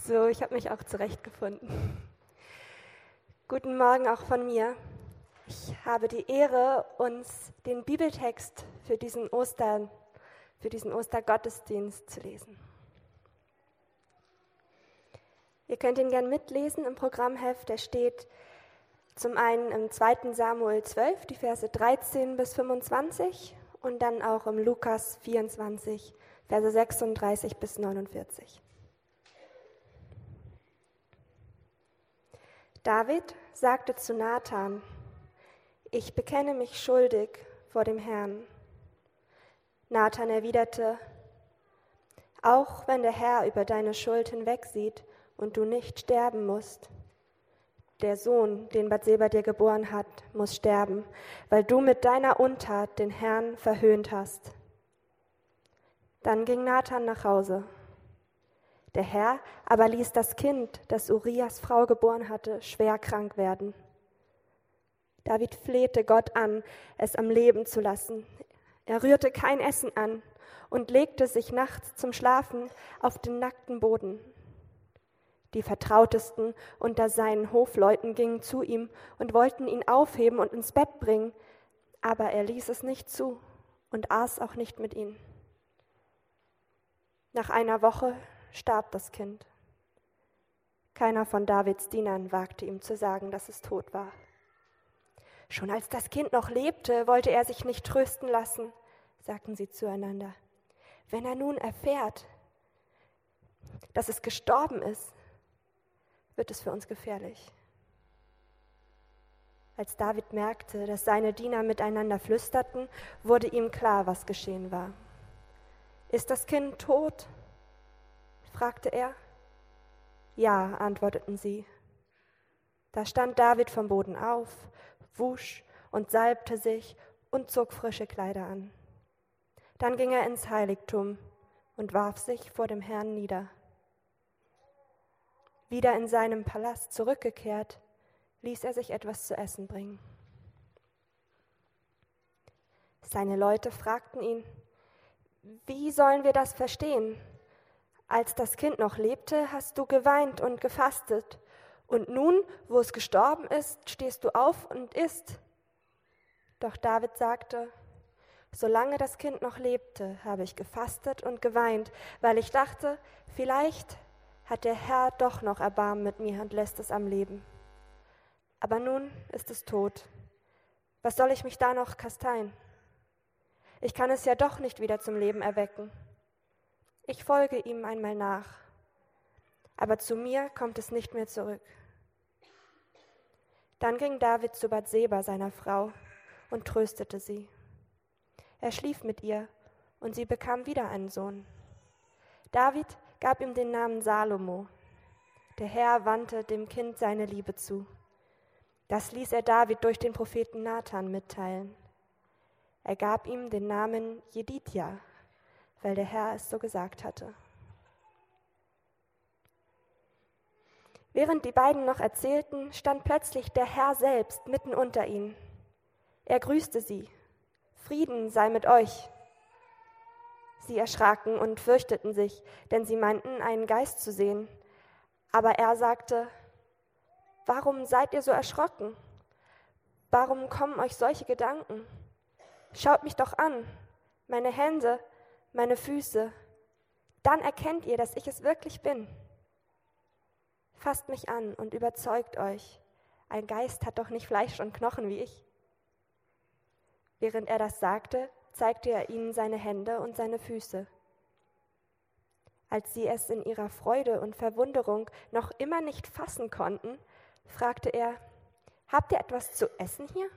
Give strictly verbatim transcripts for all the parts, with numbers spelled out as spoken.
So, ich habe mich auch zurechtgefunden. Guten Morgen auch von mir. Ich habe die Ehre, uns den Bibeltext für diesen Ostern, für diesen Ostergottesdienst zu lesen. Ihr könnt ihn gern mitlesen im Programmheft. Der steht zum einen im zweiten Samuel zwölf, die Verse dreizehn bis fünfundzwanzig, und dann auch im Lukas vierundzwanzig, Verse sechsunddreißig bis neunundvierzig. David sagte zu Nathan: Ich bekenne mich schuldig vor dem Herrn. Nathan erwiderte: Auch wenn der Herr über deine Schuld hinwegsieht und du nicht sterben musst. Der Sohn, den Bathseba dir geboren hat, muss sterben, weil du mit deiner Untat den Herrn verhöhnt hast. Dann ging Nathan nach Hause. Der Herr aber ließ das Kind, das Urias Frau geboren hatte, schwer krank werden. David flehte Gott an, es am Leben zu lassen. Er rührte kein Essen an und legte sich nachts zum Schlafen auf den nackten Boden. Die Vertrautesten unter seinen Hofleuten gingen zu ihm und wollten ihn aufheben und ins Bett bringen, aber er ließ es nicht zu und aß auch nicht mit ihnen. Nach einer Woche starb das Kind. Keiner von Davids Dienern wagte ihm zu sagen, dass es tot war. Schon als das Kind noch lebte, wollte er sich nicht trösten lassen, sagten sie zueinander. Wenn er nun erfährt, dass es gestorben ist, wird es für uns gefährlich. Als David merkte, dass seine Diener miteinander flüsterten, wurde ihm klar, was geschehen war. Ist das Kind tot? Fragte er. Ja, antworteten sie. Da stand David vom Boden auf, wusch und salbte sich und zog frische Kleider an. Dann ging er ins Heiligtum und warf sich vor dem Herrn nieder. Wieder in seinem Palast zurückgekehrt, ließ er sich etwas zu essen bringen. Seine Leute fragten ihn: Wie sollen wir das verstehen? Als das Kind noch lebte, hast du geweint und gefastet. Und nun, wo es gestorben ist, stehst du auf und isst. Doch David sagte: Solange das Kind noch lebte, habe ich gefastet und geweint, weil ich dachte, vielleicht hat der Herr doch noch Erbarmen mit mir und lässt es am Leben. Aber nun ist es tot. Was soll ich mich da noch kasteien? Ich kann es ja doch nicht wieder zum Leben erwecken. Ich folge ihm einmal nach, aber zu mir kommt es nicht mehr zurück. Dann ging David zu Bathseba, seiner Frau, und tröstete sie. Er schlief mit ihr, und sie bekam wieder einen Sohn. David gab ihm den Namen Salomo. Der Herr wandte dem Kind seine Liebe zu. Das ließ er David durch den Propheten Nathan mitteilen. Er gab ihm den Namen Jedidja, weil der Herr es so gesagt hatte. Während die beiden noch erzählten, stand plötzlich der Herr selbst mitten unter ihnen. Er grüßte sie: Frieden sei mit euch. Sie erschraken und fürchteten sich, denn sie meinten, einen Geist zu sehen. Aber er sagte: Warum seid ihr so erschrocken? Warum kommen euch solche Gedanken? Schaut mich doch an, meine Hände, meine Füße. Dann erkennt ihr, dass ich es wirklich bin. Fasst mich an und überzeugt euch. Ein Geist hat doch nicht Fleisch und Knochen wie ich. Während er das sagte, zeigte er ihnen seine Hände und seine Füße. Als sie es in ihrer Freude und Verwunderung noch immer nicht fassen konnten, fragte er: Habt ihr etwas zu essen hier?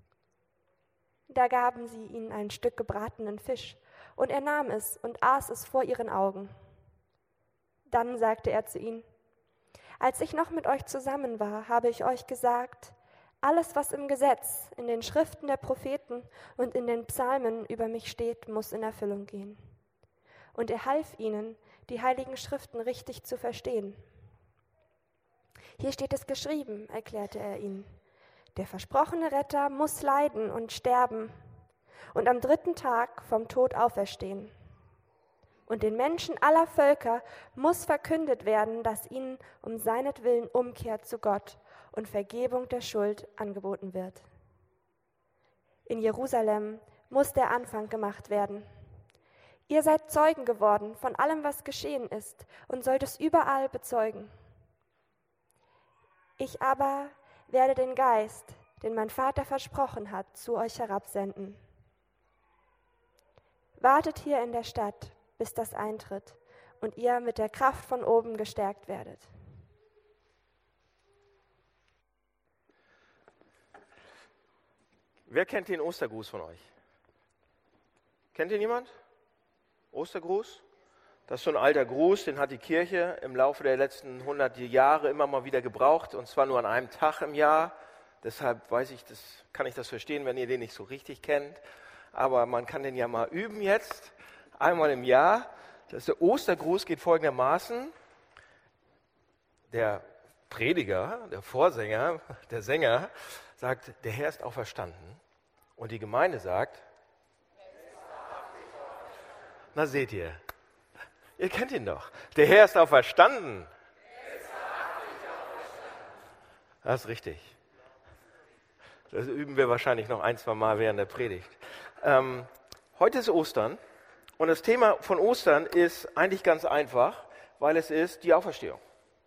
Da gaben sie ihm ein Stück gebratenen Fisch, und er nahm es und aß es vor ihren Augen. Dann sagte er zu ihnen: Als ich noch mit euch zusammen war, habe ich euch gesagt, alles, was im Gesetz, in den Schriften der Propheten und in den Psalmen über mich steht, muss in Erfüllung gehen. Und er half ihnen, die heiligen Schriften richtig zu verstehen. Hier steht es geschrieben, erklärte er ihnen: Der versprochene Retter muss leiden und sterben und am dritten Tag vom Tod auferstehen. Und den Menschen aller Völker muss verkündet werden, dass ihnen um seinetwillen Umkehr zu Gott und Vergebung der Schuld angeboten wird. In Jerusalem muss der Anfang gemacht werden. Ihr seid Zeugen geworden von allem, was geschehen ist, und sollt es überall bezeugen. Ich aber werde den Geist, den mein Vater versprochen hat, zu euch herabsenden. Wartet hier in der Stadt, bis das eintritt und ihr mit der Kraft von oben gestärkt werdet. Wer kennt den Ostergruß von euch? Kennt ihn jemand? Ostergruß? Das ist so ein alter Gruß, den hat die Kirche im Laufe der letzten hundert Jahre immer mal wieder gebraucht, und zwar nur an einem Tag im Jahr. Deshalb weiß ich, das, kann ich das verstehen, wenn ihr den nicht so richtig kennt. Aber man kann den ja mal üben jetzt, einmal im Jahr. Das ist der Ostergruß, geht folgendermaßen. Der Prediger, der Vorsänger, der Sänger sagt, der Herr ist auferstanden. Und die Gemeinde sagt, na seht ihr, ihr kennt ihn doch. Der Herr ist auferstanden. Das ist richtig. Das üben wir wahrscheinlich noch ein, zwei Mal während der Predigt. Ähm, heute ist Ostern und das Thema von Ostern ist eigentlich ganz einfach, weil es ist die Auferstehung.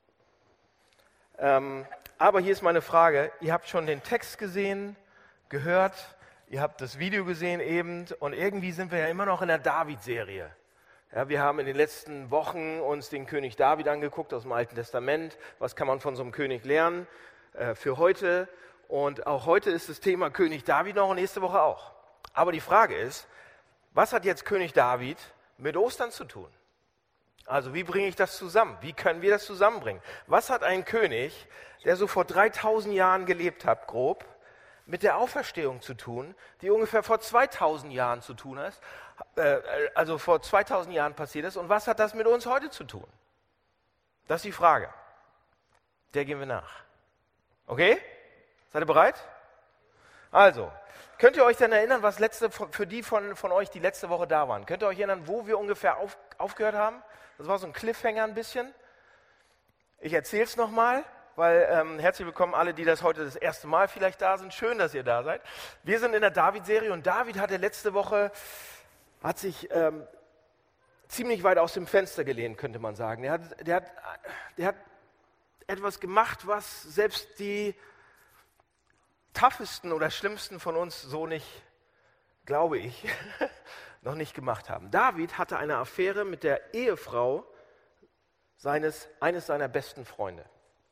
Ähm, aber hier ist meine Frage, ihr habt schon den Text gesehen, gehört, ihr habt das Video gesehen eben und irgendwie sind wir ja immer noch in der David-Serie. Ja, wir haben in den letzten Wochen uns den König David angeguckt aus dem Alten Testament. Was kann man von so einem König lernen äh, für heute? Und auch heute ist das Thema König David noch und nächste Woche auch. Aber die Frage ist, was hat jetzt König David mit Ostern zu tun? Also wie bringe ich das zusammen? Wie können wir das zusammenbringen? Was hat ein König, der so vor dreitausend Jahren gelebt hat, grob, mit der Auferstehung zu tun, die ungefähr vor zweitausend Jahren zu tun ist, äh, also vor zweitausend Jahren passiert ist? Und was hat das mit uns heute zu tun? Das ist die Frage. Der gehen wir nach. Okay? Seid ihr bereit? Also, könnt ihr euch denn erinnern, was letzte, für die von, von euch, die letzte Woche da waren, könnt ihr euch erinnern, wo wir ungefähr auf, aufgehört haben? Das war so ein Cliffhanger ein bisschen. Ich erzähle es nochmal, weil ähm, herzlich willkommen alle, die das heute das erste Mal vielleicht da sind. Schön, dass ihr da seid. Wir sind in der David-Serie und David hatte letzte Woche, hat sich ähm, ziemlich weit aus dem Fenster gelehnt, könnte man sagen. Der hat, der hat, der hat etwas gemacht, was selbst die toughesten oder schlimmsten von uns so nicht, glaube ich, noch nicht gemacht haben. David hatte eine Affäre mit der Ehefrau seines, eines seiner besten Freunde.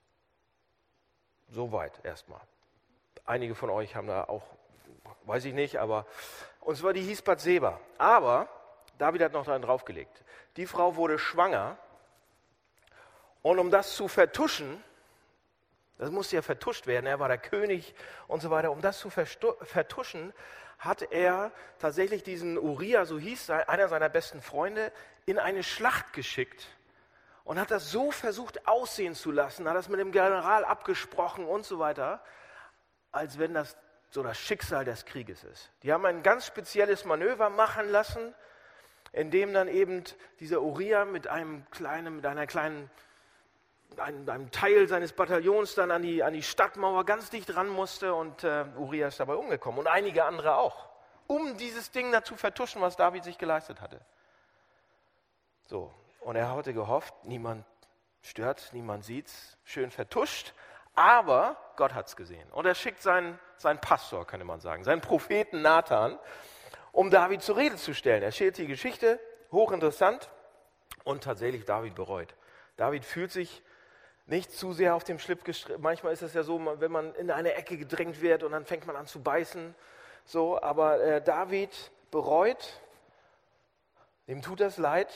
Soweit erstmal. Einige von euch haben da auch, weiß ich nicht, aber, und zwar die hieß Bathseba. Aber David hat noch daran draufgelegt. Die Frau wurde schwanger und um das zu vertuschen, das musste ja vertuscht werden, er war der König und so weiter. Um das zu vertuschen, hat er tatsächlich diesen Uriah, so hieß einer seiner besten Freunde, in eine Schlacht geschickt und hat das so versucht aussehen zu lassen, hat das mit dem General abgesprochen und so weiter, als wenn das so das Schicksal des Krieges ist. Die haben ein ganz spezielles Manöver machen lassen, in dem dann eben dieser Uriah mit einem kleinen, mit einer kleinen Einem, einem Teil seines Bataillons dann an die, an die Stadtmauer ganz dicht ran musste und äh, Uriah ist dabei umgekommen und einige andere auch, um dieses Ding da zu vertuschen, was David sich geleistet hatte. So, und er hatte gehofft, niemand stört, niemand sieht's, schön vertuscht, aber Gott hat's gesehen. Und er schickt seinen, seinen Pastor, könnte man sagen, seinen Propheten Nathan, um David zur Rede zu stellen. Er erzählt die Geschichte, hochinteressant, und tatsächlich David bereut. David fühlt sich nicht zu sehr auf dem Schlipp gestrickt. Manchmal ist es ja so, wenn man in eine Ecke gedrängt wird und dann fängt man an zu beißen. So, aber äh, David bereut, ihm tut das leid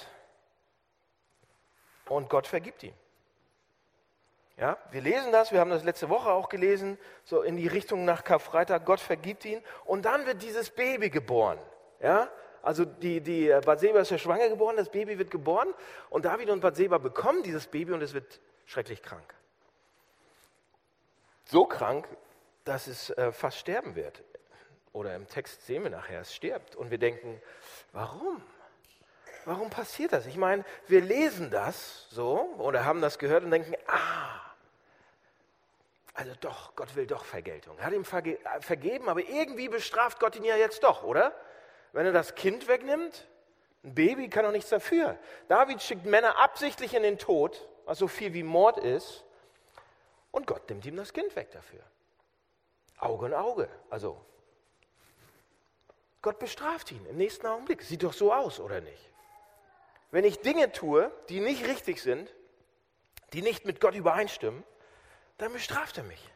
und Gott vergibt ihm. Ja, wir lesen das, wir haben das letzte Woche auch gelesen, so in die Richtung nach Karfreitag, Gott vergibt ihn und dann wird dieses Baby geboren. Ja, also die, die Bathseba ist ja schwanger geboren, das Baby wird geboren und David und Bathseba bekommen dieses Baby und es wird schrecklich krank. So krank, dass es äh, fast sterben wird. Oder im Text sehen wir nachher, es stirbt. Und wir denken, warum? warum passiert das? Ich meine, wir lesen das so oder haben das gehört und denken, ah, also doch, Gott will doch Vergeltung. Er hat ihm verge- vergeben, aber irgendwie bestraft Gott ihn ja jetzt doch, oder? Wenn er das Kind wegnimmt, ein Baby kann doch nichts dafür. David schickt Männer absichtlich in den Tod, was so viel wie Mord ist, und Gott nimmt ihm das Kind weg dafür. Auge in Auge, also Gott bestraft ihn im nächsten Augenblick. Sieht doch so aus, oder nicht? Wenn ich Dinge tue, die nicht richtig sind, die nicht mit Gott übereinstimmen, dann bestraft er mich.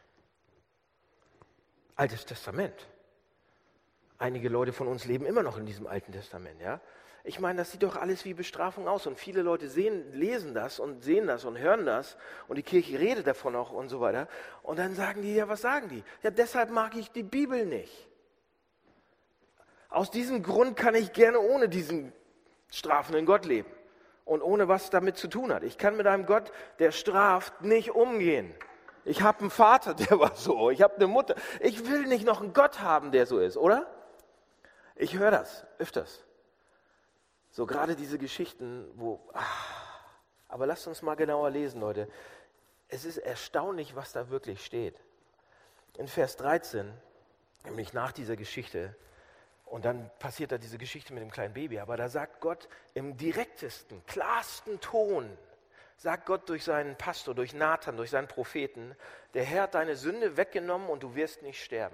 Altes Testament. Einige Leute von uns leben immer noch in diesem Alten Testament, ja? Ich meine, das sieht doch alles wie Bestrafung aus und viele Leute sehen, lesen das und sehen das und hören das und die Kirche redet davon auch und so weiter und dann sagen die, ja, was sagen die? Ja, deshalb mag ich die Bibel nicht. Aus diesem Grund kann ich gerne ohne diesen strafenden Gott leben und ohne was damit zu tun hat. Ich kann mit einem Gott, der straft, nicht umgehen. Ich habe einen Vater, der war so. Ich habe eine Mutter. Ich will nicht noch einen Gott haben, der so ist, oder? Ich höre das öfters. So gerade diese Geschichten, wo... Ach, aber lasst uns mal genauer lesen, Leute. Es ist erstaunlich, was da wirklich steht. In Vers dreizehn, nämlich nach dieser Geschichte, und dann passiert da diese Geschichte mit dem kleinen Baby, aber da sagt Gott im direktesten, klarsten Ton, sagt Gott durch seinen Pastor, durch Nathan, durch seinen Propheten, der Herr hat deine Sünde weggenommen und du wirst nicht sterben.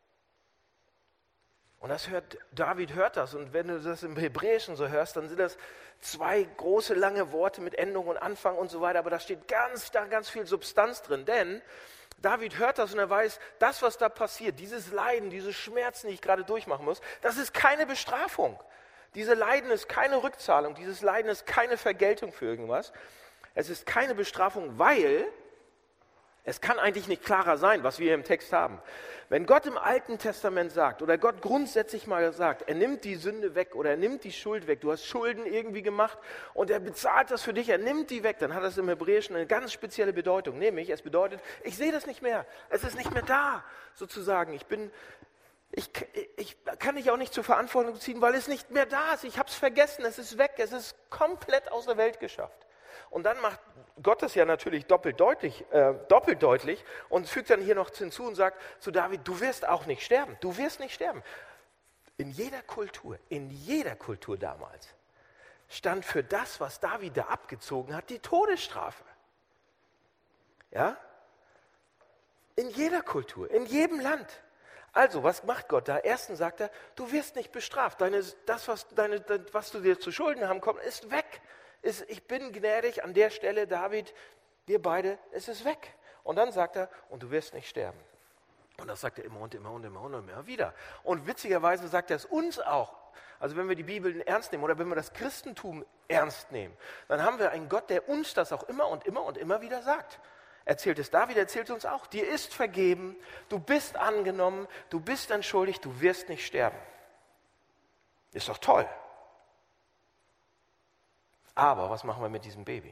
Und das hört, David hört das und wenn du das im Hebräischen so hörst, dann sind das zwei große, lange Worte mit Endung und Anfang und so weiter, aber da steht ganz, da ganz viel Substanz drin, denn David hört das und er weiß, das, was da passiert, dieses Leiden, diese Schmerzen, die ich gerade durchmachen muss, das ist keine Bestrafung. Diese Leiden ist keine Rückzahlung, dieses Leiden ist keine Vergeltung für irgendwas. Es ist keine Bestrafung, weil es kann eigentlich nicht klarer sein, was wir hier im Text haben. Wenn Gott im Alten Testament sagt oder Gott grundsätzlich mal sagt, er nimmt die Sünde weg oder er nimmt die Schuld weg, du hast Schulden irgendwie gemacht und er bezahlt das für dich, er nimmt die weg, dann hat das im Hebräischen eine ganz spezielle Bedeutung. Nämlich, es bedeutet, ich sehe das nicht mehr, es ist nicht mehr da, sozusagen. Ich bin, ich, ich kann dich auch nicht zur Verantwortung ziehen, weil es nicht mehr da ist. Ich habe es vergessen, es ist weg, es ist komplett aus der Welt geschafft. Und dann macht Gott das ja natürlich doppelt deutlich, äh, doppelt deutlich und fügt dann hier noch hinzu und sagt zu David, du wirst auch nicht sterben, du wirst nicht sterben. In jeder Kultur, in jeder Kultur damals stand für das, was David da abgezogen hat, die Todesstrafe. Ja? In jeder Kultur, in jedem Land. Also, was macht Gott da? Erstens sagt er, du wirst nicht bestraft. Deine, das, was, deine, was du dir zu Schulden haben kommt, ist weg. Ist, ich bin gnädig an der Stelle, David, wir beide, es ist weg. Und dann sagt er, und du wirst nicht sterben. Und das sagt er immer und immer und immer und immer wieder. Und witzigerweise sagt er es uns auch. Also wenn wir die Bibel ernst nehmen oder wenn wir das Christentum ernst nehmen, dann haben wir einen Gott, der uns das auch immer und immer und immer wieder sagt. Erzählt es David, erzählt es uns auch. Dir ist vergeben, du bist angenommen, du bist entschuldigt, du wirst nicht sterben. Ist doch toll. Aber was machen wir mit diesem Baby?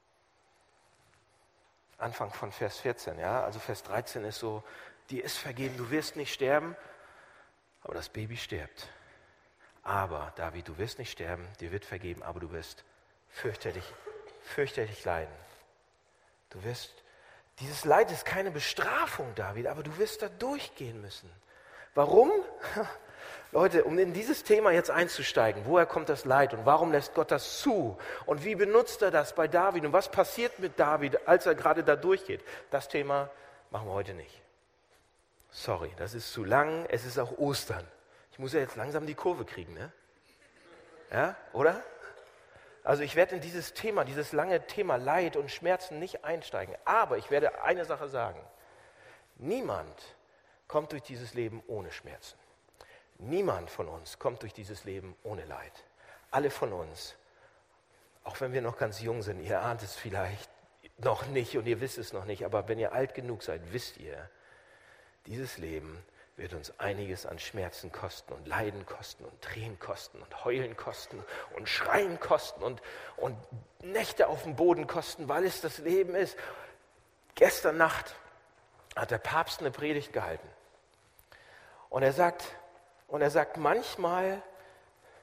Anfang von Vers vierzehn, ja, also Vers dreizehn ist so, dir ist vergeben, du wirst nicht sterben, aber das Baby stirbt. Aber, David, du wirst nicht sterben, dir wird vergeben, aber du wirst fürchterlich, fürchterlich leiden. Du wirst, dieses Leid ist keine Bestrafung, David, aber du wirst da durchgehen müssen. Warum? Leute, um in dieses Thema jetzt einzusteigen, woher kommt das Leid und warum lässt Gott das zu und wie benutzt er das bei David und was passiert mit David, als er gerade da durchgeht, das Thema machen wir heute nicht. Sorry, das ist zu lang, es ist auch Ostern. Ich muss ja jetzt langsam die Kurve kriegen, ne? Ja, oder? Also ich werde in dieses Thema, dieses lange Thema Leid und Schmerzen nicht einsteigen, aber ich werde eine Sache sagen. Niemand kommt durch dieses Leben ohne Schmerzen. Niemand von uns kommt durch dieses Leben ohne Leid. Alle von uns, auch wenn wir noch ganz jung sind, ihr ahnt es vielleicht noch nicht und ihr wisst es noch nicht, aber wenn ihr alt genug seid, wisst ihr, dieses Leben wird uns einiges an Schmerzen kosten und Leiden kosten und Tränen kosten und Heulen kosten und Schreien kosten und, und Nächte auf dem Boden kosten, weil es das Leben ist. Gestern Nacht hat der Papst eine Predigt gehalten und er sagt, und er sagt, manchmal,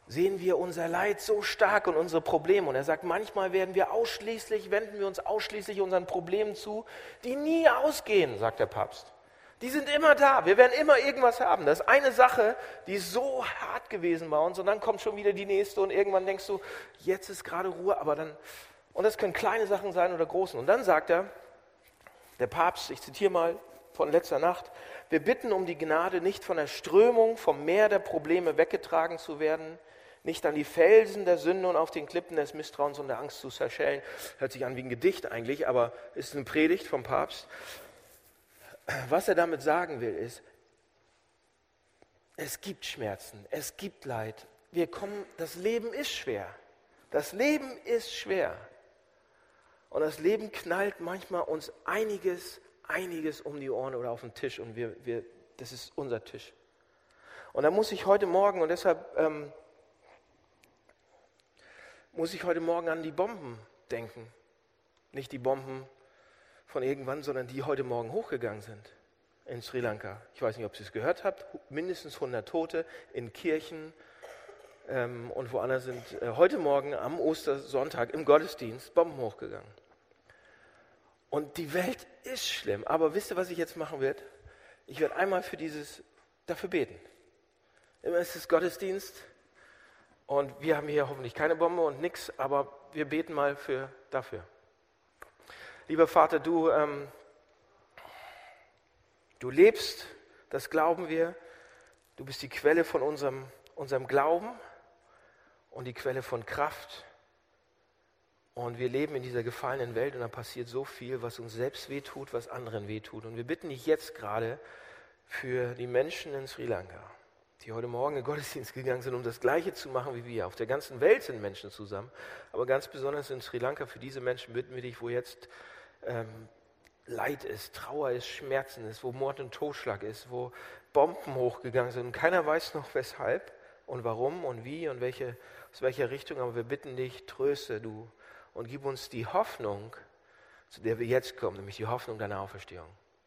sehen wir unser Leid so stark und unsere Probleme. Und er sagt, manchmal werden wir ausschließlich, wenden wir uns ausschließlich unseren Problemen zu, die nie ausgehen, sagt der Papst. Die sind immer da, wir werden immer irgendwas haben. Das ist eine Sache, die ist so hart gewesen bei uns und dann kommt schon wieder die nächste und irgendwann denkst du, jetzt ist gerade Ruhe, aber dann, und das können kleine Sachen sein oder große. Und dann sagt er, der Papst, ich zitiere mal von letzter Nacht, wir bitten um die Gnade, nicht von der Strömung, vom Meer der Probleme weggetragen zu werden, nicht an die Felsen der Sünde und auf den Klippen des Misstrauens und der Angst zu zerschellen. Hört sich an wie ein Gedicht eigentlich, aber ist eine Predigt vom Papst. Was er damit sagen will, ist, es gibt Schmerzen, es gibt Leid. Wir kommen, das Leben ist schwer. Das Leben ist schwer. Und das Leben knallt manchmal uns einiges, einiges um die Ohren oder auf den Tisch. Und wir, wir, das ist unser Tisch. Und da muss ich heute Morgen, und deshalb ähm, muss ich heute Morgen an die Bomben denken. Nicht die Bomben von irgendwann, sondern die heute Morgen hochgegangen sind in Sri Lanka. Ich weiß nicht, ob Sie es gehört habt, mindestens hundert Tote in Kirchen ähm, und woanders sind äh, heute Morgen am Ostersonntag im Gottesdienst Bomben hochgegangen. Und die Welt ist schlimm, aber wisst ihr, was ich jetzt machen werde? Ich werde einmal für dieses, dafür beten. Immer ist es Gottesdienst und wir haben hier hoffentlich keine Bombe und nichts, aber wir beten mal für, dafür. Lieber Vater, du, ähm, du lebst, das glauben wir. Du bist die Quelle von unserem, unserem Glauben und die Quelle von Kraft. Und wir leben in dieser gefallenen Welt und da passiert so viel, was uns selbst wehtut, was anderen wehtut. Und wir bitten dich jetzt gerade für die Menschen in Sri Lanka, die heute Morgen in den Gottesdienst gegangen sind, um das Gleiche zu machen wie wir. Auf der ganzen Welt sind Menschen zusammen, aber ganz besonders in Sri Lanka, für diese Menschen bitten wir dich, wo jetzt Ähm, Leid ist, Trauer ist, Schmerzen ist, wo Mord und Totschlag ist, wo Bomben hochgegangen sind und keiner weiß noch weshalb und warum und wie und welche, aus welcher Richtung, aber wir bitten dich, tröste du und gib uns die Hoffnung, zu der wir jetzt kommen, nämlich die Hoffnung deiner Auferstehung.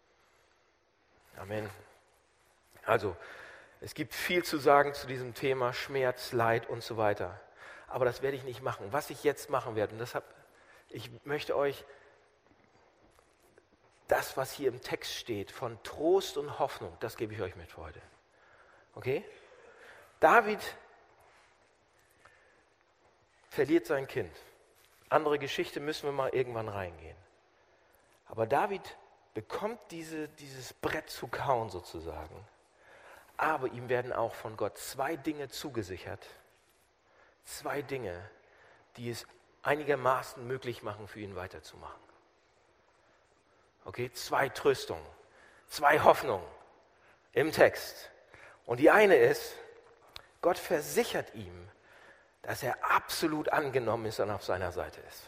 Amen. Also, es gibt viel zu sagen zu diesem Thema Schmerz, Leid und so weiter, aber das werde ich nicht machen. Was ich jetzt machen werde, und deshalb, ich möchte euch das, was hier im Text steht, von Trost und Hoffnung, das gebe ich euch mit für heute. Okay? David verliert sein Kind. Andere Geschichte müssen wir mal irgendwann reingehen. Aber David bekommt diese, dieses Brett zu kauen sozusagen. Aber ihm werden auch von Gott zwei Dinge zugesichert. Zwei Dinge, die es einigermaßen möglich machen, für ihn weiterzumachen. Okay, zwei Tröstungen, zwei Hoffnungen im Text. Und die eine ist, Gott versichert ihm, dass er absolut angenommen ist und auf seiner Seite ist.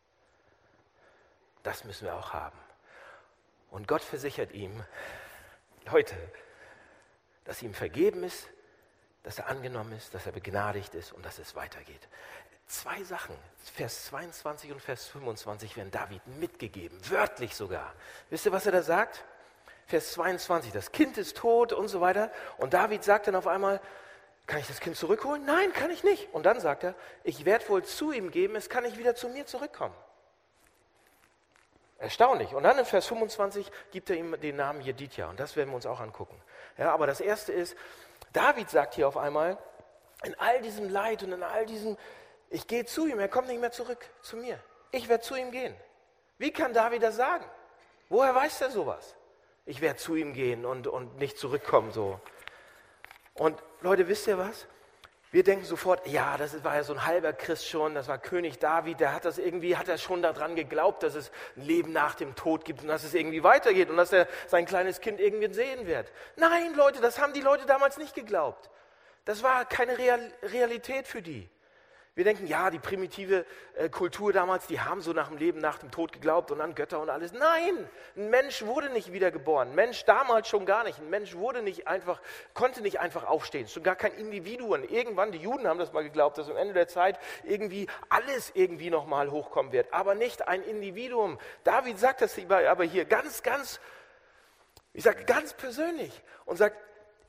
Das müssen wir auch haben. Und Gott versichert ihm, Leute, dass ihm vergeben ist, dass er angenommen ist, dass er begnadigt ist und dass es weitergeht. Zwei Sachen, Vers zweiundzwanzig und Vers fünfundzwanzig werden David mitgegeben, wörtlich sogar. Wisst ihr, was er da sagt? Vers zweiundzwanzig, das Kind ist tot und so weiter. Und David sagt dann auf einmal, kann ich das Kind zurückholen? Nein, kann ich nicht. Und dann sagt er, ich werde wohl zu ihm geben, es kann nicht wieder zu mir zurückkommen. Erstaunlich. Und dann in Vers fünfundzwanzig gibt er ihm den Namen Jedidja. Und das werden wir uns auch angucken. Ja, aber das Erste ist, David sagt hier auf einmal, in all diesem Leid und in all diesem, ich gehe zu ihm, er kommt nicht mehr zurück zu mir. Ich werde zu ihm gehen. Wie kann David das sagen? Woher weiß er sowas? Ich werde zu ihm gehen und, und nicht zurückkommen so. Und Leute, wisst ihr was? Wir denken sofort, ja, das war ja so ein halber Christ schon, das war König David, der hat das irgendwie, hat er schon daran geglaubt, dass es ein Leben nach dem Tod gibt und dass es irgendwie weitergeht und dass er sein kleines Kind irgendwie sehen wird. Nein, Leute, das haben die Leute damals nicht geglaubt. Das war keine Real- Realität für die. Wir denken, ja, die primitive äh, Kultur damals, die haben so nach dem Leben, nach dem Tod geglaubt und an Götter und alles. Nein, ein Mensch wurde nicht wiedergeboren. Ein Mensch damals schon gar nicht. Ein Mensch wurde nicht einfach, konnte nicht einfach aufstehen. Schon gar kein Individuum. Irgendwann, die Juden haben das mal geglaubt, dass am Ende der Zeit irgendwie alles irgendwie nochmal hochkommen wird. Aber nicht ein Individuum. David sagt das aber hier ganz, ganz, ich sage ganz persönlich und sagt,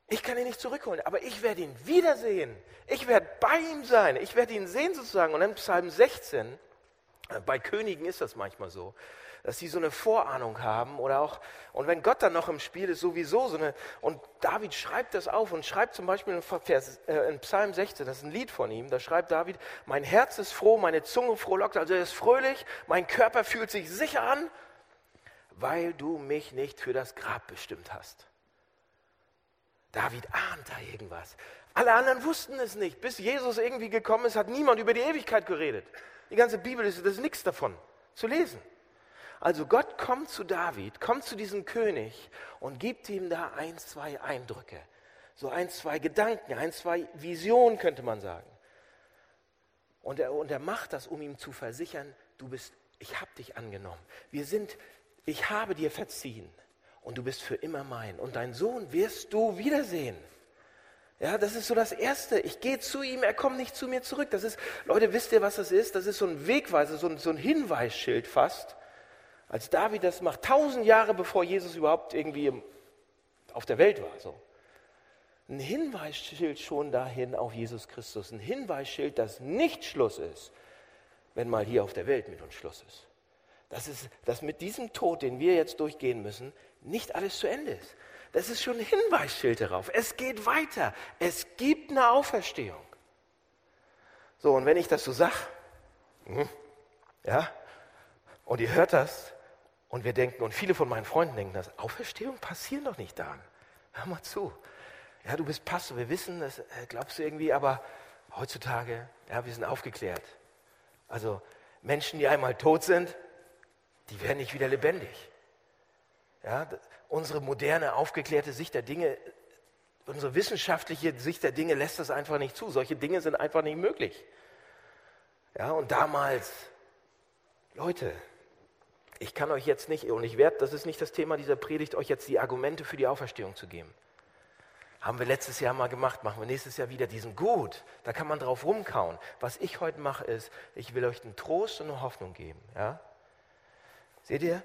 Ich kann ihn nicht zurückholen, aber ich werde ihn wiedersehen. Ich werde bei ihm sein. Ich werde ihn sehen sozusagen. Und in Psalm sechzehn, bei Königen ist das manchmal so, dass sie so eine Vorahnung haben oder auch, und wenn Gott dann noch im Spiel ist, sowieso so eine, und David schreibt das auf und schreibt zum Beispiel in, Vers, äh, in Psalm sechzehn, das ist ein Lied von ihm, da schreibt David, mein Herz ist froh, meine Zunge frohlockt, also er ist fröhlich, mein Körper fühlt sich sicher an, weil du mich nicht für das Grab bestimmt hast. David ahnt da irgendwas. Alle anderen wussten es nicht. Bis Jesus irgendwie gekommen ist, hat niemand über die Ewigkeit geredet. Die ganze Bibel ist, das ist nichts davon zu lesen. Also Gott kommt zu David, kommt zu diesem König und gibt ihm da ein, zwei Eindrücke. So ein, zwei Gedanken, ein, zwei Visionen könnte man sagen. Und er, und er macht das, um ihm zu versichern, du bist, ich habe dich angenommen. Wir sind, ich habe dir verziehen. Und du bist für immer mein. Und deinen Sohn wirst du wiedersehen. Ja, das ist so das Erste. Ich gehe zu ihm, er kommt nicht zu mir zurück. Das ist, Leute, wisst ihr, was das ist? Das ist so ein Wegweiser, so ein, so ein Hinweisschild fast. Als David das macht, tausend Jahre bevor Jesus überhaupt irgendwie im, auf der Welt war. So. Ein Hinweisschild schon dahin auf Jesus Christus. Ein Hinweisschild, dass nicht Schluss ist, wenn mal hier auf der Welt mit uns Schluss ist. Das ist, dass mit diesem Tod, den wir jetzt durchgehen müssen, nicht alles zu Ende ist. Das ist schon ein Hinweisschild darauf. Es geht weiter. Es gibt eine Auferstehung. So, und wenn ich das so sage, ja, und ihr hört das, und wir denken, und viele von meinen Freunden denken, das Auferstehung passiert doch nicht da. Hör mal zu. Ja, du bist Pastor, wir wissen, das glaubst du irgendwie, aber heutzutage, ja, wir sind aufgeklärt. Also Menschen, die einmal tot sind, die werden nicht wieder lebendig. Ja, unsere moderne, aufgeklärte Sicht der Dinge, unsere wissenschaftliche Sicht der Dinge lässt das einfach nicht zu. Solche Dinge sind einfach nicht möglich. Ja, und damals, Leute, ich kann euch jetzt nicht, und ich werde, das ist nicht das Thema dieser Predigt, euch jetzt die Argumente für die Auferstehung zu geben. Haben wir letztes Jahr mal gemacht, machen wir nächstes Jahr wieder. Die sind gut, da kann man drauf rumkauen. Was ich heute mache ist, ich will euch einen Trost und eine Hoffnung geben. Ja? Seht ihr?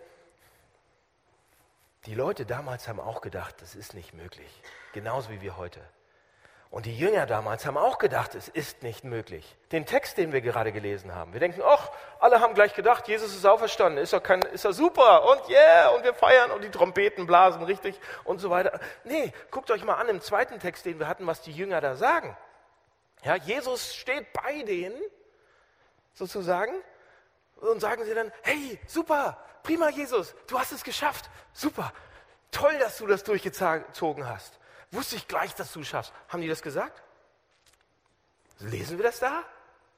Die Leute damals haben auch gedacht, das ist nicht möglich. Genauso wie wir heute. Und die Jünger damals haben auch gedacht, es ist nicht möglich. Den Text, den wir gerade gelesen haben. Wir denken, ach, alle haben gleich gedacht, Jesus ist auferstanden, ist doch, kein, ist doch super und yeah, und wir feiern und die Trompeten blasen richtig und so weiter. Nee, guckt euch mal an im zweiten Text, den wir hatten, was die Jünger da sagen. Ja, Jesus steht bei denen, sozusagen, und sagen sie dann, hey, super, prima Jesus, du hast es geschafft, super, toll, dass du das durchgezogen hast. Wusste ich gleich, dass du es schaffst. Haben die das gesagt? Lesen wir das da?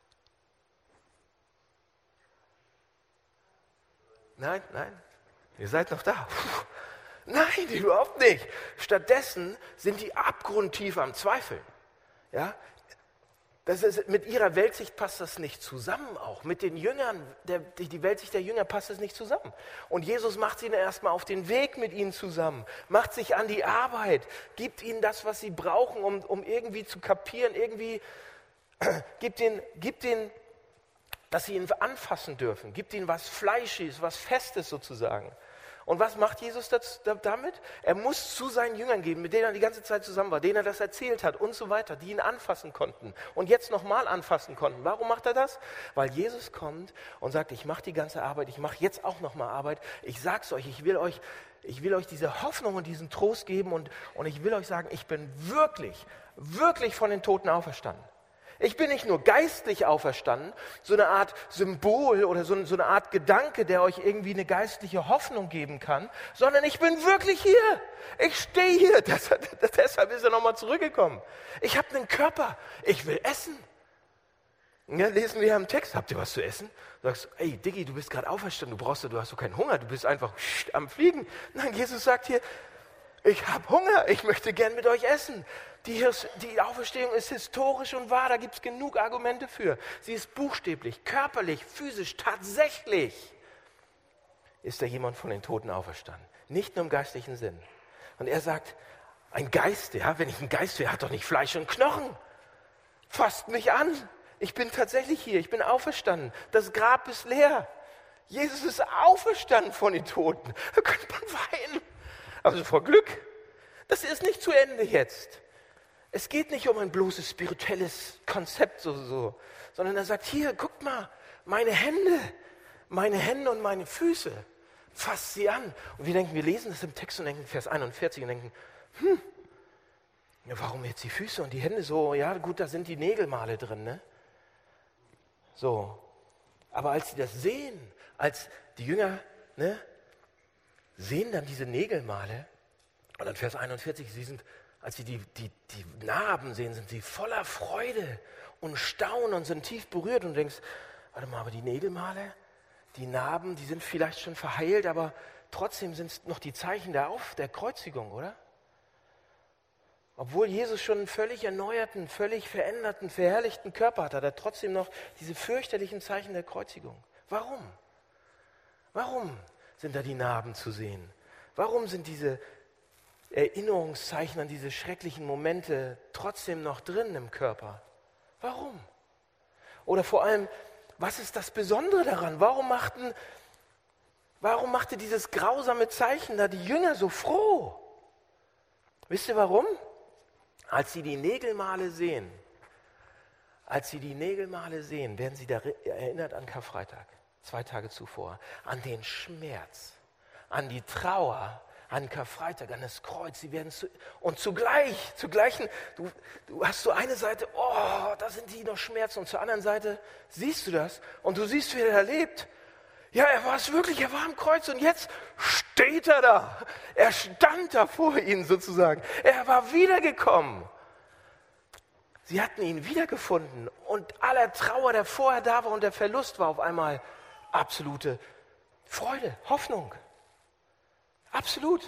Nein, nein, ihr seid noch da. Puh. Nein, überhaupt nicht. Stattdessen sind die abgrundtief am Zweifeln. Ja? Das ist, mit ihrer Weltsicht passt das nicht zusammen auch. Mit den Jüngern, der, die Weltsicht der Jünger passt das nicht zusammen. Und Jesus macht sie erstmal auf den Weg mit ihnen zusammen, macht sich an die Arbeit, gibt ihnen das, was sie brauchen, um, um irgendwie zu kapieren, irgendwie gibt ihnen, gibt ihnen, dass sie ihn anfassen dürfen, gibt ihnen was Fleischiges, was Festes sozusagen. Und was macht Jesus das, damit? Er muss zu seinen Jüngern geben, mit denen er die ganze Zeit zusammen war, denen er das erzählt hat und so weiter, die ihn anfassen konnten und jetzt nochmal anfassen konnten. Warum macht er das? Weil Jesus kommt und sagt, ich mache die ganze Arbeit, ich mache jetzt auch nochmal Arbeit. Ich sag's euch, ich will euch, ich will euch diese Hoffnung und diesen Trost geben und, und ich will euch sagen, ich bin wirklich, wirklich von den Toten auferstanden. Ich bin nicht nur geistlich auferstanden, so eine Art Symbol oder so eine Art Gedanke, der euch irgendwie eine geistliche Hoffnung geben kann, sondern ich bin wirklich hier. Ich stehe hier. Das, das, deshalb ist er nochmal zurückgekommen. Ich habe einen Körper. Ich will essen. Ja, lesen wir ja im Text. Habt ihr was zu essen? Du sagst, ey Diggi, du bist gerade auferstanden. Du brauchst, du hast doch keinen Hunger. Du bist einfach am Fliegen. Nein, Jesus sagt hier, ich habe Hunger. Ich möchte gern mit euch essen. Die, die Auferstehung ist historisch und wahr, da gibt es genug Argumente für. Sie ist buchstäblich, körperlich, physisch, tatsächlich ist da jemand von den Toten auferstanden. Nicht nur im geistlichen Sinn. Und er sagt, ein Geist, ja, wenn ich ein Geist wäre, hat doch nicht Fleisch und Knochen. Fasst mich an. Ich bin tatsächlich hier, ich bin auferstanden. Das Grab ist leer. Jesus ist auferstanden von den Toten. Da könnte man weinen. Also vor Glück. Das ist nicht zu Ende jetzt. Es geht nicht um ein bloßes spirituelles Konzept, so, so, sondern er sagt, hier, guckt mal, meine Hände, meine Hände und meine Füße, fasst sie an. Und wir denken, wir lesen das im Text und denken, Vers einundvierzig, und denken, hm, ja, warum jetzt die Füße und die Hände so? Ja gut, da sind die Nägelmale drin, ne? So, aber als sie das sehen, als die Jünger, ne, sehen dann diese Nägelmale, und dann Vers einundvierzig, sie sind, als sie die, die, die Narben sehen, sind sie voller Freude und Staunen und sind tief berührt, und du denkst, warte mal, aber die Nägelmale, die Narben, die sind vielleicht schon verheilt, aber trotzdem sind es noch die Zeichen der, Auf, der Kreuzigung, oder? Obwohl Jesus schon einen völlig erneuerten, völlig veränderten, verherrlichten Körper hat, hat er trotzdem noch diese fürchterlichen Zeichen der Kreuzigung. Warum? Warum sind da die Narben zu sehen? Warum sind diese Erinnerungszeichen an diese schrecklichen Momente trotzdem noch drin im Körper? Warum? Oder vor allem, was ist das Besondere daran? Warum machten, warum machte dieses grausame Zeichen da die Jünger so froh? Wisst ihr warum? Als sie die Nägelmale sehen, als sie die Nägelmale sehen, werden sie da erinnert an Karfreitag, zwei Tage zuvor, an den Schmerz, an die Trauer, an Karfreitag, an das Kreuz. Sie werden zu, und zugleich, zugleichen, du, du hast so eine Seite, oh, da sind die noch Schmerzen, und zur anderen Seite siehst du das und du siehst, wie er da lebt. Ja, er war es wirklich, er war am Kreuz, und jetzt steht er da. Er stand da vor ihnen sozusagen. Er war wiedergekommen. Sie hatten ihn wiedergefunden, und aller Trauer, der vorher da war, und der Verlust, war auf einmal absolute Freude, Hoffnung. Absolut.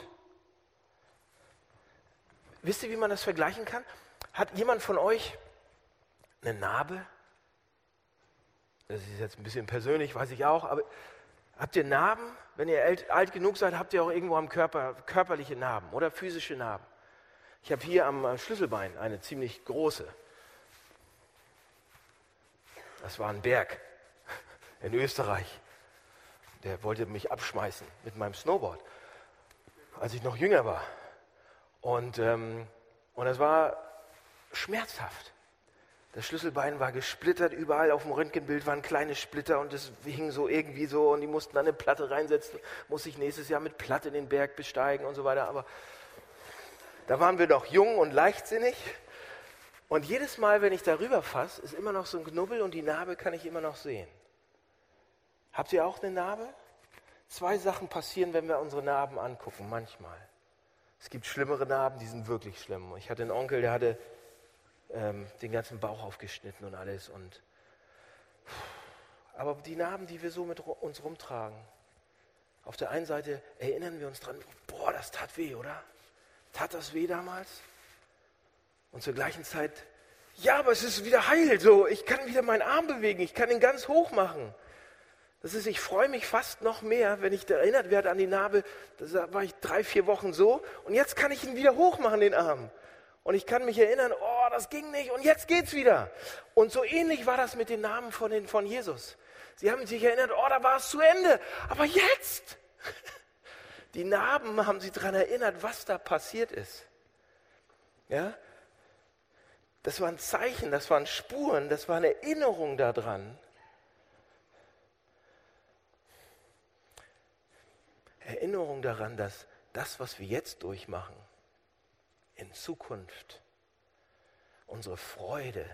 Wisst ihr, wie man das vergleichen kann? Hat jemand von euch eine Narbe? Das ist jetzt ein bisschen persönlich, weiß ich auch, aber habt ihr Narben? Wenn ihr alt, alt genug seid, habt ihr auch irgendwo am Körper körperliche Narben oder physische Narben. Ich habe hier am Schlüsselbein eine ziemlich große. Das war ein Berg in Österreich. Der wollte mich abschmeißen mit meinem Snowboard, als ich noch jünger war. Und, ähm, und das war schmerzhaft. Das Schlüsselbein war gesplittert, überall auf dem Röntgenbild waren kleine Splitter, und es hing so irgendwie so, und die mussten dann eine Platte reinsetzen, muss ich nächstes Jahr mit Platte den Berg besteigen und so weiter. Aber da waren wir noch jung und leichtsinnig, und jedes Mal, wenn ich darüber fasse, ist immer noch so ein Knubbel, und die Narbe kann ich immer noch sehen. Habt ihr auch eine Narbe? Zwei Sachen passieren, wenn wir unsere Narben angucken, manchmal. Es gibt schlimmere Narben, die sind wirklich schlimm. Ich hatte einen Onkel, der hatte ähm, den ganzen Bauch aufgeschnitten und alles. Und aber die Narben, die wir so mit uns rumtragen, auf der einen Seite erinnern wir uns dran, boah, das tat weh, oder? Tat das weh damals? Und zur gleichen Zeit, ja, aber es ist wieder heil, so, ich kann wieder meinen Arm bewegen, ich kann ihn ganz hoch machen. Das ist, ich freue mich fast noch mehr, wenn ich erinnert werde an die Narbe. Da war ich drei, vier Wochen so, und jetzt kann ich ihn wieder hochmachen, den Arm. Und ich kann mich erinnern, oh, das ging nicht, und jetzt geht's wieder. Und so ähnlich war das mit den Narben von, den, von Jesus. Sie haben sich erinnert, oh, da war es zu Ende. Aber jetzt, die Narben haben sie daran erinnert, was da passiert ist. Ja? Das waren Zeichen, das waren Spuren, das waren Erinnerungen daran. Erinnerung daran, dass das, was wir jetzt durchmachen, in Zukunft unsere Freude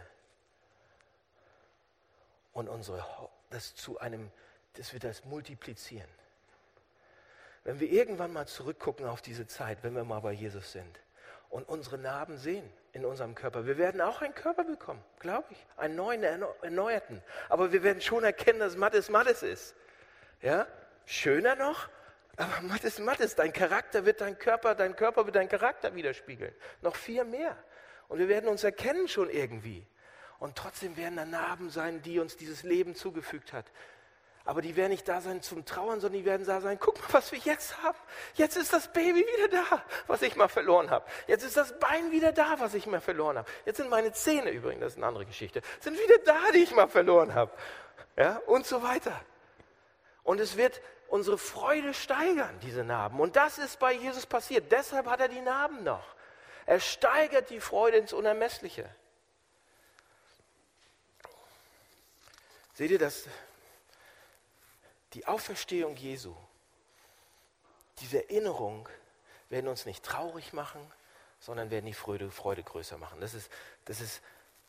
und unsere, das zu einem, dass wir das multiplizieren. Wenn wir irgendwann mal zurückgucken auf diese Zeit, wenn wir mal bei Jesus sind und unsere Narben sehen in unserem Körper, wir werden auch einen Körper bekommen, glaube ich, einen neuen, erneuerten. Aber wir werden schon erkennen, dass Mattes Mattes ist. Ja? Schöner noch, aber Mattes Mattes, dein Charakter wird dein Körper, dein Körper wird deinen Charakter widerspiegeln. Noch viel mehr. Und wir werden uns erkennen schon irgendwie. Und trotzdem werden da Narben sein, die uns dieses Leben zugefügt hat. Aber die werden nicht da sein zum Trauern, sondern die werden da sein, guck mal, was wir jetzt haben. Jetzt ist das Baby wieder da, was ich mal verloren habe. Jetzt ist das Bein wieder da, was ich mal verloren habe. Jetzt sind meine Zähne übrigens, das ist eine andere Geschichte, sind wieder da, die ich mal verloren habe. Ja, und so weiter. Und es wird unsere Freude steigern, diese Narben. Und das ist bei Jesus passiert. Deshalb hat er die Narben noch. Er steigert die Freude ins Unermessliche. Seht ihr, dass die Auferstehung Jesu, diese Erinnerung, werden uns nicht traurig machen, sondern werden die Freude, Freude größer machen. Das ist, das ist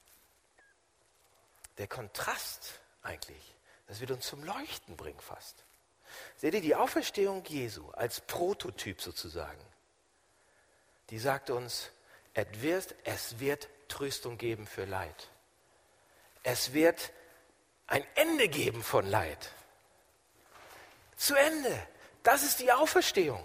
der Kontrast eigentlich. Das wird uns zum Leuchten bringen fast. Seht ihr, die Auferstehung Jesu als Prototyp sozusagen, die sagt uns, es wird, es wird Tröstung geben für Leid. Es wird ein Ende geben von Leid. Zu Ende. Das ist die Auferstehung.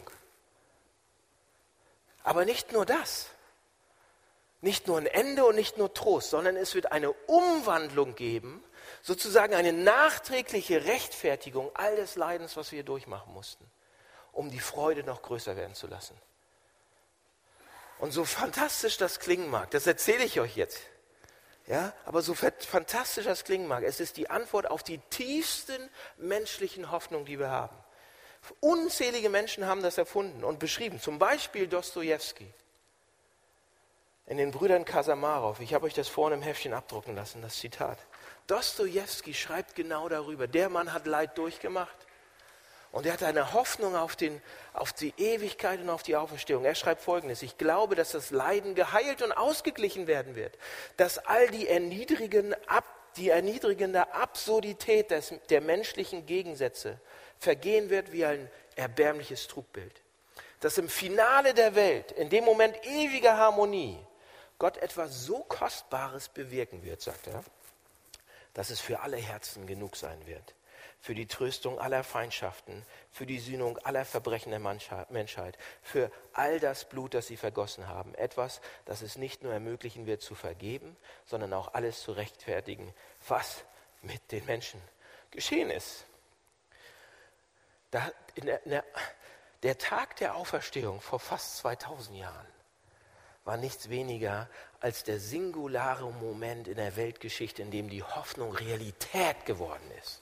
Aber nicht nur das. Nicht nur ein Ende und nicht nur Trost, sondern es wird eine Umwandlung geben, sozusagen eine nachträgliche Rechtfertigung all des Leidens, was wir durchmachen mussten, um die Freude noch größer werden zu lassen. Und so fantastisch das klingen mag, das erzähle ich euch jetzt, ja, aber so fantastisch das klingen mag, es ist die Antwort auf die tiefsten menschlichen Hoffnungen, die wir haben. Unzählige Menschen haben das erfunden und beschrieben, zum Beispiel Dostojewski. In den Brüdern Kasamarow, ich habe euch das vorne im Heftchen abdrucken lassen, das Zitat. Dostojewski schreibt genau darüber, der Mann hat Leid durchgemacht und er hat eine Hoffnung auf, den, auf die Ewigkeit und auf die Auferstehung. Er schreibt Folgendes: Ich glaube, dass das Leiden geheilt und ausgeglichen werden wird, dass all die, erniedrigen, ab, die erniedrigende Absurdität des, der menschlichen Gegensätze vergehen wird wie ein erbärmliches Trugbild. Dass im Finale der Welt, in dem Moment ewiger Harmonie, Gott etwas so Kostbares bewirken wird, sagt er, dass es für alle Herzen genug sein wird. Für die Tröstung aller Feindschaften, für die Sühnung aller Verbrechen der Menschheit, für all das Blut, das sie vergossen haben. Etwas, das es nicht nur ermöglichen wird zu vergeben, sondern auch alles zu rechtfertigen, was mit den Menschen geschehen ist. Da, in der, in der, der Tag der Auferstehung vor fast zweitausend Jahren war nichts weniger als der singulare Moment in der Weltgeschichte, in dem die Hoffnung Realität geworden ist.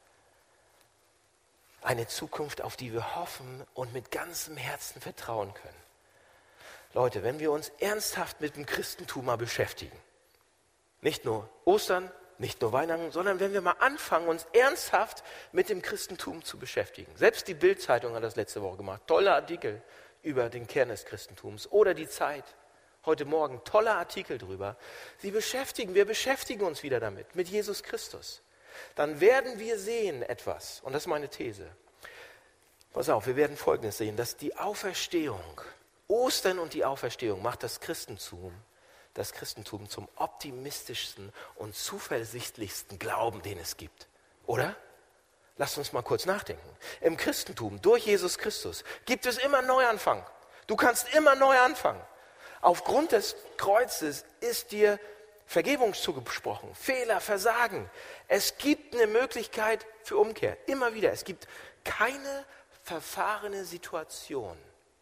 Eine Zukunft, auf die wir hoffen und mit ganzem Herzen vertrauen können. Leute, wenn wir uns ernsthaft mit dem Christentum mal beschäftigen, nicht nur Ostern, nicht nur Weihnachten, sondern wenn wir mal anfangen, uns ernsthaft mit dem Christentum zu beschäftigen. Selbst die Bild-Zeitung hat das letzte Woche gemacht. Toller Artikel über den Kern des Christentums. Oder die Zeit. Heute Morgen toller Artikel drüber. Sie beschäftigen, wir beschäftigen uns wieder damit, mit Jesus Christus. Dann werden wir sehen etwas, und das ist meine These. Pass auf, wir werden Folgendes sehen, dass die Auferstehung, Ostern und die Auferstehung macht das Christentum, das Christentum zum optimistischsten und zuversichtlichsten Glauben, den es gibt. Oder? Lasst uns mal kurz nachdenken. Im Christentum, durch Jesus Christus, gibt es immer einen Neuanfang. Du kannst immer neu anfangen. Aufgrund des Kreuzes ist dir Vergebung zugesprochen, Fehler, Versagen. Es gibt eine Möglichkeit für Umkehr, immer wieder. Es gibt keine verfahrene Situation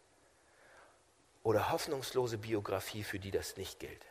oder hoffnungslose Biografie, für die das nicht gilt.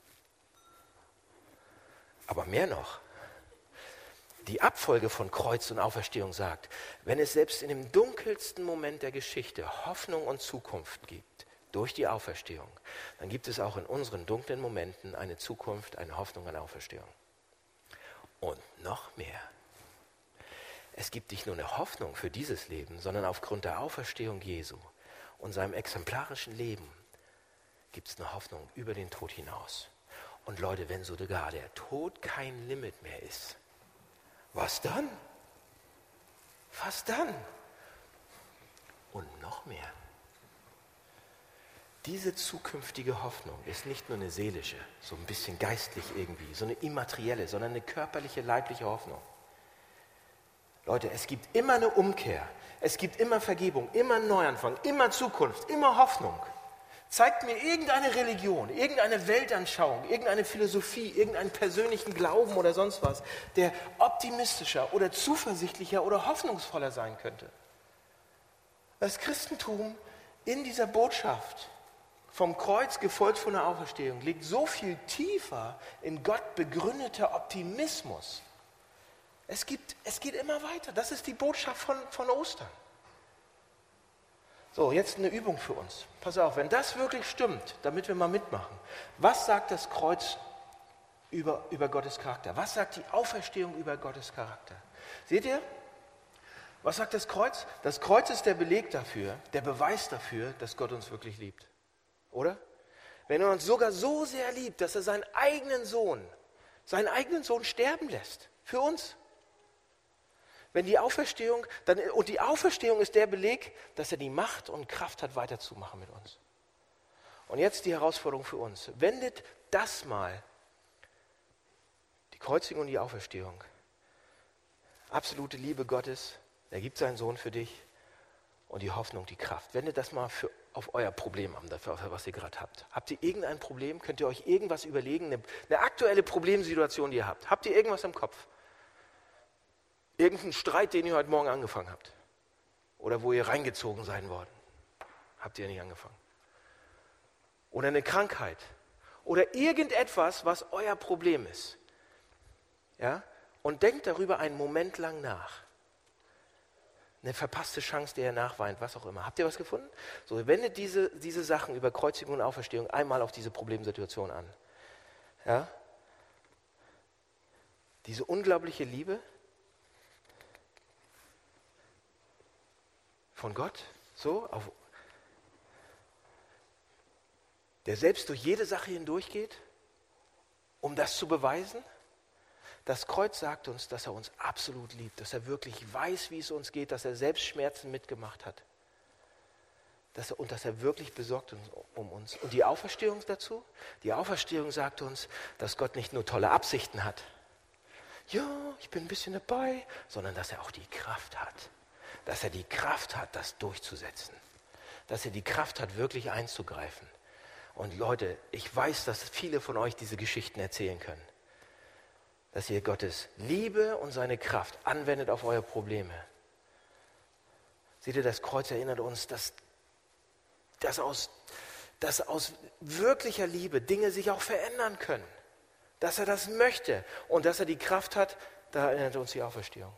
Aber mehr noch, die Abfolge von Kreuz und Auferstehung sagt, wenn es selbst in dem dunkelsten Moment der Geschichte Hoffnung und Zukunft gibt, durch die Auferstehung, dann gibt es auch in unseren dunklen Momenten eine Zukunft, eine Hoffnung, eine Auferstehung. Und noch mehr. Es gibt nicht nur eine Hoffnung für dieses Leben, sondern aufgrund der Auferstehung Jesu und seinem exemplarischen Leben gibt es eine Hoffnung über den Tod hinaus. Und Leute, wenn sogar der Tod kein Limit mehr ist, was dann? Was dann? Und noch mehr. Diese zukünftige Hoffnung ist nicht nur eine seelische, so ein bisschen geistlich irgendwie, so eine immaterielle, sondern eine körperliche, leibliche Hoffnung. Leute, es gibt immer eine Umkehr, es gibt immer Vergebung, immer einen Neuanfang, immer Zukunft, immer Hoffnung. Zeigt mir irgendeine Religion, irgendeine Weltanschauung, irgendeine Philosophie, irgendeinen persönlichen Glauben oder sonst was, der optimistischer oder zuversichtlicher oder hoffnungsvoller sein könnte. Das Christentum in dieser Botschaft vom Kreuz gefolgt von der Auferstehung liegt so viel tiefer in Gott begründeter Optimismus. Es gibt, es geht immer weiter. Das ist die Botschaft von, von Ostern. So, jetzt eine Übung für uns. Pass auf, wenn das wirklich stimmt, damit wir mal mitmachen. Was sagt das Kreuz über, über Gottes Charakter? Was sagt die Auferstehung über Gottes Charakter? Seht ihr? Was sagt das Kreuz? Das Kreuz ist der Beleg dafür, der Beweis dafür, dass Gott uns wirklich liebt. Oder? Wenn er uns sogar so sehr liebt, dass er seinen eigenen Sohn, seinen eigenen Sohn sterben lässt. Für uns. Wenn die Auferstehung, dann, und die Auferstehung ist der Beleg, dass er die Macht und Kraft hat, weiterzumachen mit uns. Und jetzt die Herausforderung für uns. Wendet das mal, die Kreuzigung und die Auferstehung. Absolute Liebe Gottes, er gibt seinen Sohn für dich und die Hoffnung, die Kraft. Wendet das mal für, auf euer Problem an, dafür, was ihr gerade habt. Habt ihr irgendein Problem? Könnt ihr euch irgendwas überlegen? Eine, eine aktuelle Problemsituation, die ihr habt. Habt ihr irgendwas im Kopf? Irgendeinen Streit, den ihr heute Morgen angefangen habt. Oder wo ihr reingezogen sein worden. Habt ihr nicht angefangen. Oder eine Krankheit. Oder irgendetwas, was euer Problem ist. Ja? Und denkt darüber einen Moment lang nach. Eine verpasste Chance, der ihr nachweint, was auch immer. Habt ihr was gefunden? So, wendet diese, diese Sachen über Kreuzigung und Auferstehung einmal auf diese Problemsituation an. Ja? Diese unglaubliche Liebe von Gott, so, auf, der selbst durch jede Sache hindurchgeht, um das zu beweisen. Das Kreuz sagt uns, dass er uns absolut liebt, dass er wirklich weiß, wie es uns geht, dass er selbst Schmerzen mitgemacht hat. Dass er, und dass er wirklich besorgt ist um uns. Und die Auferstehung dazu? Die Auferstehung sagt uns, dass Gott nicht nur tolle Absichten hat. Ja, ich bin ein bisschen dabei, sondern dass er auch die Kraft hat. Dass er die Kraft hat, das durchzusetzen. Dass er die Kraft hat, wirklich einzugreifen. Und Leute, ich weiß, dass viele von euch diese Geschichten erzählen können. Dass ihr Gottes Liebe und seine Kraft anwendet auf eure Probleme. Seht ihr, das Kreuz erinnert uns, dass, dass, aus, dass aus wirklicher Liebe Dinge sich auch verändern können. Dass er das möchte und dass er die Kraft hat, da erinnert uns die Auferstehung.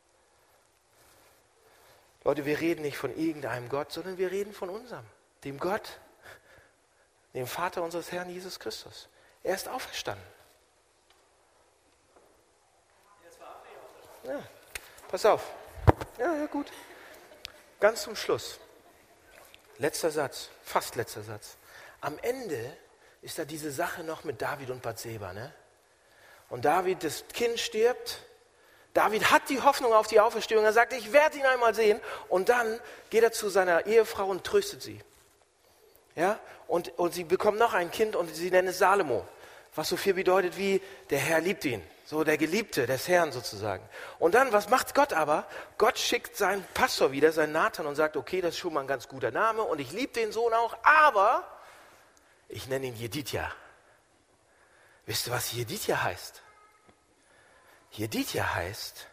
Leute, wir reden nicht von irgendeinem Gott, sondern wir reden von unserem, dem Gott, dem Vater unseres Herrn Jesus Christus. Er ist auferstanden. Ja, pass auf. Ja, ja, gut. Ganz zum Schluss. Letzter Satz, fast letzter Satz. Am Ende ist da diese Sache noch mit David und Bathseba, ne? Und David, das Kind stirbt. David hat die Hoffnung auf die Auferstehung. Er sagt, ich werde ihn einmal sehen. Und dann geht er zu seiner Ehefrau und tröstet sie. Ja? Und, und sie bekommt noch ein Kind und sie nennt es Salomo. Was so viel bedeutet wie, der Herr liebt ihn. So der Geliebte des Herrn sozusagen. Und dann, was macht Gott aber? Gott schickt seinen Pastor wieder, seinen Nathan und sagt, okay, das ist schon mal ein ganz guter Name und ich liebe den Sohn auch, aber ich nenne ihn Jedidja. Wisst ihr, was Jedidja heißt? Jedidja heißt,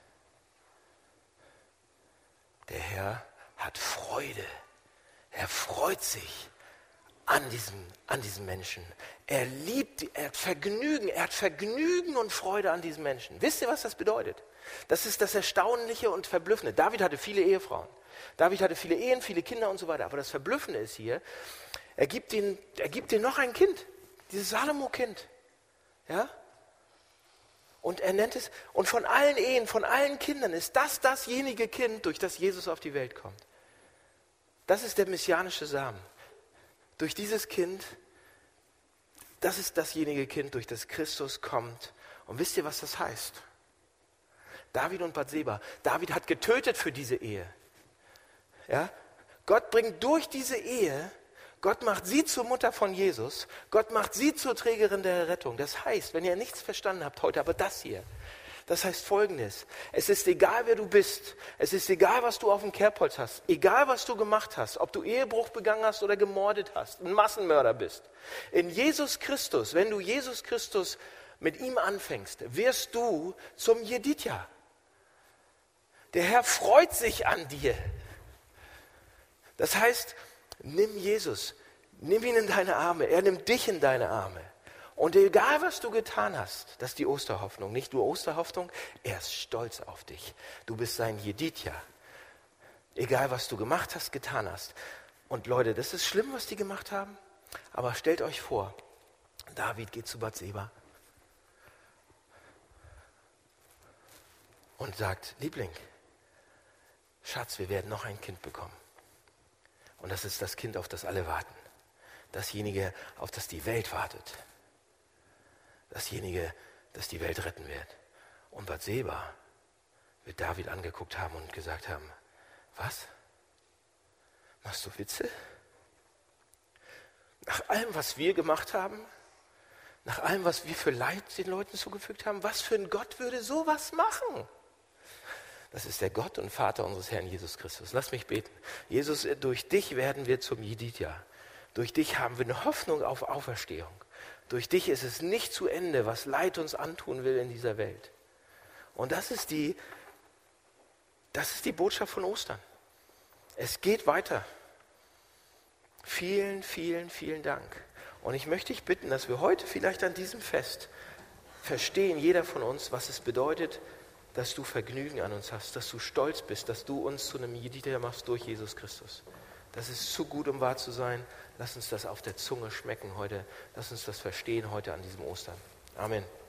der Herr hat Freude. Er freut sich an diesem, an diesem Menschen. Er liebt, er hat Vergnügen, er hat Vergnügen und Freude an diesem Menschen. Wisst ihr, was das bedeutet? Das ist das Erstaunliche und Verblüffende. David hatte viele Ehefrauen. David hatte viele Ehen, viele Kinder und so weiter. Aber das Verblüffende ist hier, er gibt ihnen, er gibt ihnen noch ein Kind, dieses Salomo-Kind. Ja? Und er nennt es, und von allen Ehen, von allen Kindern ist das dasjenige Kind, durch das Jesus auf die Welt kommt. Das ist der messianische Samen. Durch dieses Kind, das ist dasjenige Kind, durch das Christus kommt. Und wisst ihr, was das heißt? David und Bathseba. David hat getötet für diese Ehe. Ja? Gott bringt durch diese Ehe, Gott macht sie zur Mutter von Jesus. Gott macht sie zur Trägerin der Rettung. Das heißt, wenn ihr nichts verstanden habt heute, aber das hier, das heißt Folgendes: Es ist egal, wer du bist. Es ist egal, was du auf dem Kerbholz hast. Egal, was du gemacht hast. Ob du Ehebruch begangen hast oder gemordet hast. Ein Massenmörder bist. In Jesus Christus, wenn du Jesus Christus mit ihm anfängst, wirst du zum Jedidja. Der Herr freut sich an dir. Das heißt, nimm Jesus. Nimm ihn in deine Arme. Er nimmt dich in deine Arme. Und egal, was du getan hast, das ist die Osterhoffnung. Nicht nur Osterhoffnung, er ist stolz auf dich. Du bist sein Jedidja. Egal, was du gemacht hast, getan hast. Und Leute, das ist schlimm, was die gemacht haben. Aber stellt euch vor, David geht zu Bathseba und sagt, Liebling, Schatz, wir werden noch ein Kind bekommen. Und das ist das Kind, auf das alle warten. Dasjenige, auf das die Welt wartet. Dasjenige, das die Welt retten wird. Und Bathseba wird David angeguckt haben und gesagt haben, was? Machst du Witze? Nach allem, was wir gemacht haben, nach allem, was wir für Leid den Leuten zugefügt haben, was für ein Gott würde sowas machen? Das ist der Gott und Vater unseres Herrn Jesus Christus. Lass mich beten. Jesus, durch dich werden wir zum Jedidja. Durch dich haben wir eine Hoffnung auf Auferstehung. Durch dich ist es nicht zu Ende, was Leid uns antun will in dieser Welt. Und das ist die, das ist die Botschaft von Ostern. Es geht weiter. Vielen, vielen, vielen Dank. Und ich möchte dich bitten, dass wir heute vielleicht an diesem Fest verstehen, jeder von uns, was es bedeutet, dass du Vergnügen an uns hast, dass du stolz bist, dass du uns zu einem Jedidja machst durch Jesus Christus. Das ist zu gut, um wahr zu sein. Lass uns das auf der Zunge schmecken heute. Lass uns das verstehen heute an diesem Ostern. Amen.